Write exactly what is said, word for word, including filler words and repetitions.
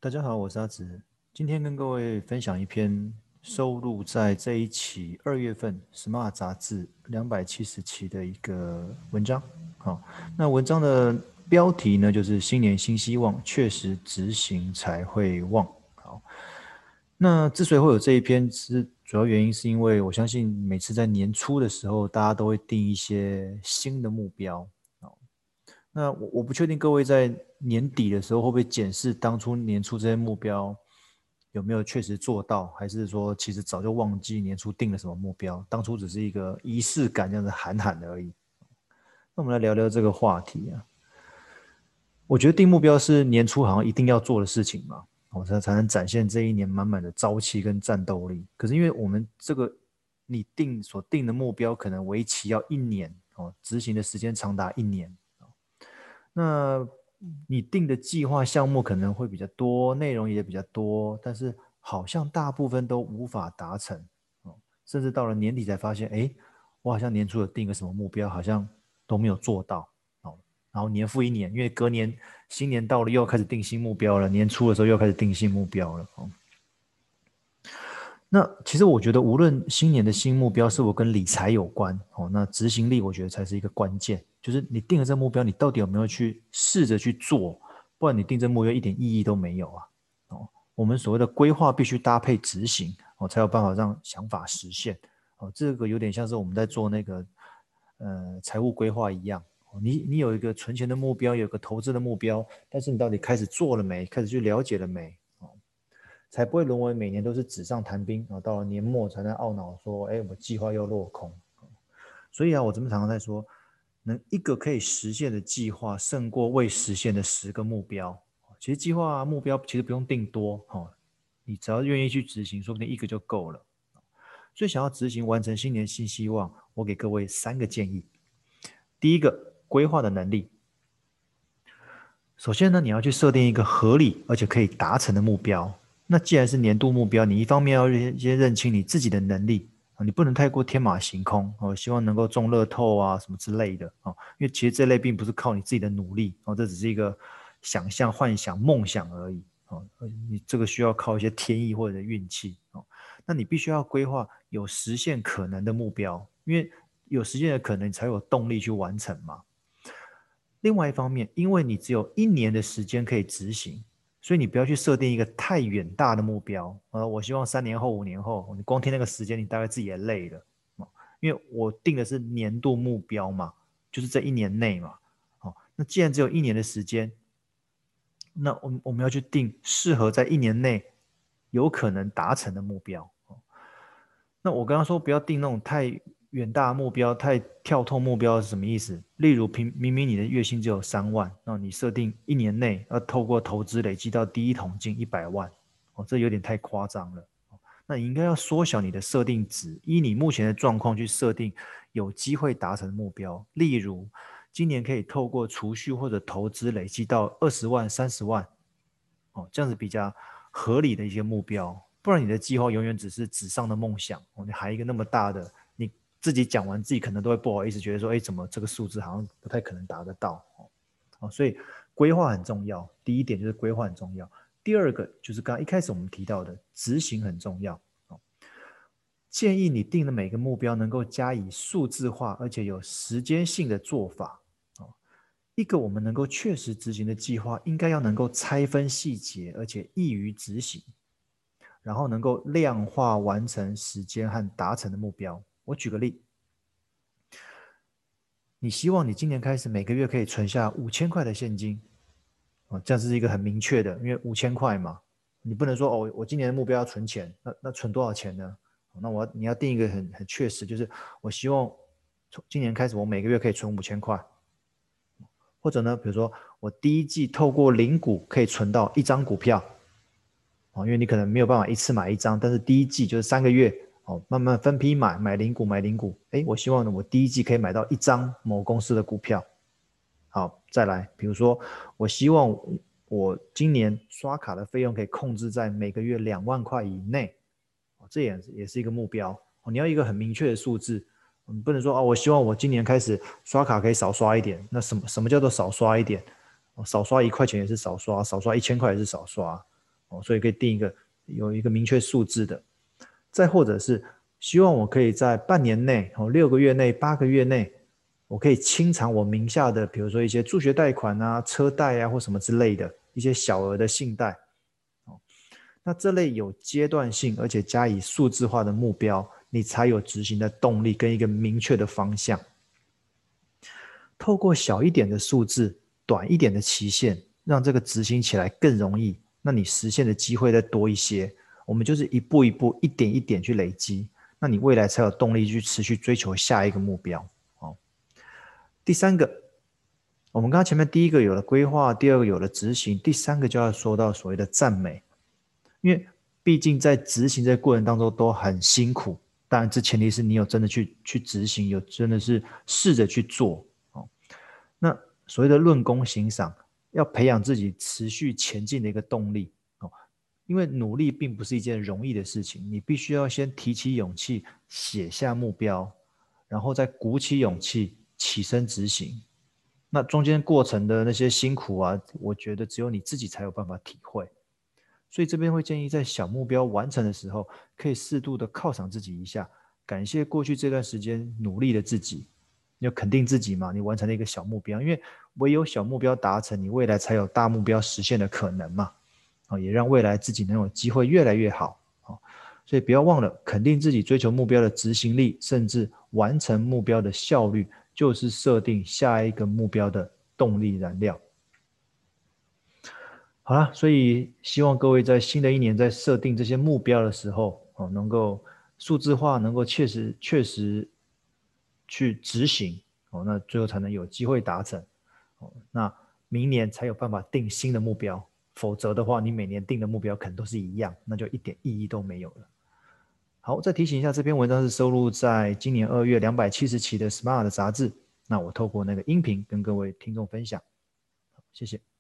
大家好，我是阿直，今天跟各位分享一篇收录在这一期二月份《Smart》杂志两百七十期的一个文章。好，那文章的标题呢，就是“新年新希望，确实执行才会旺”。好，那之所以会有这一篇，是主要原因是因为我相信每次在年初的时候，大家都会定一些新的目标。那我我不确定各位在年底的时候会不会检视当初年初这些目标有没有确实做到，还是说其实早就忘记年初定了什么目标，当初只是一个仪式感这样子喊喊的而已。那我们来聊聊这个话题啊。我觉得定目标是年初好像一定要做的事情嘛，我才才能展现这一年满满的朝气跟战斗力。可是因为我们这个你定所定的目标可能为期要一年哦，执行的时间长达一年。那你定的计划项目可能会比较多，内容也比较多，但是好像大部分都无法达成，哦，甚至到了年底才发现，哎，我好像年初有定个什么目标，好像都没有做到，哦，然后年复一年，因为隔年新年到了又开始定新目标了，年初的时候又开始定新目标了，哦。那其实我觉得，无论新年的新目标是否跟理财有关，哦，那执行力我觉得才是一个关键。就是你定了这目标，你到底有没有去试着去做？不然你定这目标一点意义都没有啊！哦，我们所谓的规划必须搭配执行，哦，才有办法让想法实现。哦，这个有点像是我们在做那个呃财务规划一样。哦，你你有一个存钱的目标，有一个投资的目标，但是你到底开始做了没？开始去了解了没？才不会沦为每年都是纸上谈兵啊，到了年末才能懊恼说，哎，我计划又落空。所以啊，我这么常常在说，能一个可以实现的计划，胜过未实现的十个目标。其实计划、啊、目标其实不用定多，哦，你只要愿意去执行，说不定一个就够了。所以想要执行完成新年新希望，我给各位三个建议。第一个，规划的能力。首先呢，你要去设定一个合理而且可以达成的目标。那既然是年度目标，你一方面要先认清你自己的能力啊，你不能太过天马行空哦，希望能够中乐透啊什么之类的哦，因为其实这类并不是靠你自己的努力哦，这只是一个想象、幻想、梦想而已哦，你这个需要靠一些天意或者运气哦。那你必须要规划有实现可能的目标，因为有实现的可能，你才有动力去完成嘛。另外一方面，因为你只有一年的时间可以执行，所以你不要去设定一个太远大的目标。呃，我希望三年后、五年后，你光听那个时间，你大概自己也累了。因为我定的是年度目标嘛，就是这一年内嘛。哦，那既然只有一年的时间，那我我们要去定适合在一年内有可能达成的目标。那我刚刚说不要定那种太远大的目标、太跳脱目标是什么意思？例如，平明明你的月薪只有三万，那你设定一年内要透过投资累积到第一桶金一百万，哦，这有点太夸张了。那你应该要缩小你的设定值，依你目前的状况去设定有机会达成的目标。例如，今年可以透过储蓄或者投资累积到二十万、三十万，哦，这样子比较合理的一些目标。不然你的计划永远只是纸上的梦想，哦，你还一个那么大的，你自己讲完自己可能都会不好意思，觉得说，哎，怎么这个数字好像不太可能达得到，哦，哦，所以规划很重要。第一点就是规划很重要，第二个就是刚刚一开始我们提到的执行很重要。哦，建议你定的每个目标能够加以数字化，而且有时间性的做法。哦，一个我们能够确实执行的计划，应该要能够拆分细节，而且易于执行。然后能够量化完成时间和达成的目标。我举个例，你希望你今年开始每个月可以存下五千块的现金，哦，这样是一个很明确的，因为五千块嘛，你不能说哦，我今年的目标要存钱，那那存多少钱呢？那我你要定一个很很确实，就是我希望从今年开始，我每个月可以存五千块，或者呢，比如说我第一季透过零股可以存到一张股票，哦，因为你可能没有办法一次买一张，但是第一季就是三个月，哦，慢慢分批买，买零股，买零股。哎，我希望呢，我第一季可以买到一张某公司的股票。好，再来，比如说，我希望我今年刷卡的费用可以控制在每个月两万块以内，哦，这也也是一个目标。哦，你要一个很明确的数字，你不能说哦，我希望我今年开始刷卡可以少刷一点。那什么什么叫做少刷一点？哦，少刷一块钱也是少刷，少刷一千块也是少刷。 所以可以定一个有一个明确数字的。再或者是希望我可以在半年内、六个月内、八个月内，我可以清偿我名下的，比如说一些助学贷款啊、车贷啊或什么之类的一些小额的信贷。那这类有阶段性而且加以数字化的目标，你才有执行的动力跟一个明确的方向。透过小一点的数字、短一点的期限，让这个执行起来更容易，那你实现的机会再多一些。我们就是一步一步、一点一点去累积，那你未来才有动力去持续追求下一个目标。哦、第三个，我们刚刚前面第一个有了规划，第二个有了执行，第三个就要说到所谓的赞美。因为毕竟在执行这个过程当中都很辛苦，当然这前提是你有真的去去执行，有真的是试着去做。哦、那所谓的论功行赏，要培养自己持续前进的一个动力。哦、因为努力并不是一件容易的事情，你必须要先提起勇气写下目标，然后再鼓起勇气起身执行。那中间过程的那些辛苦啊，我觉得只有你自己才有办法体会。所以这边会建议在小目标完成的时候，可以适度的犒赏自己一下，感谢过去这段时间努力的自己，要肯定自己嘛，你完成了一个小目标，因为唯有小目标达成，你未来才有大目标实现的可能嘛，也让未来自己能有机会越来越好。所以不要忘了肯定自己追求目标的执行力，甚至完成目标的效率，就是设定下一个目标的动力燃料。好啦，所以希望各位在新的一年在设定这些目标的时候，哦，能够数字化，能够确实确实去执行，哦，那最后才能有机会达成。哦，那明年才有办法定新的目标，否则的话，你每年定的目标可能都是一样，那就一点意义都没有了。好，再提醒一下，这篇文章是收录在今年二月两百七十期的 Smart 杂志，那我透过那个音频跟各位听众分享，谢谢。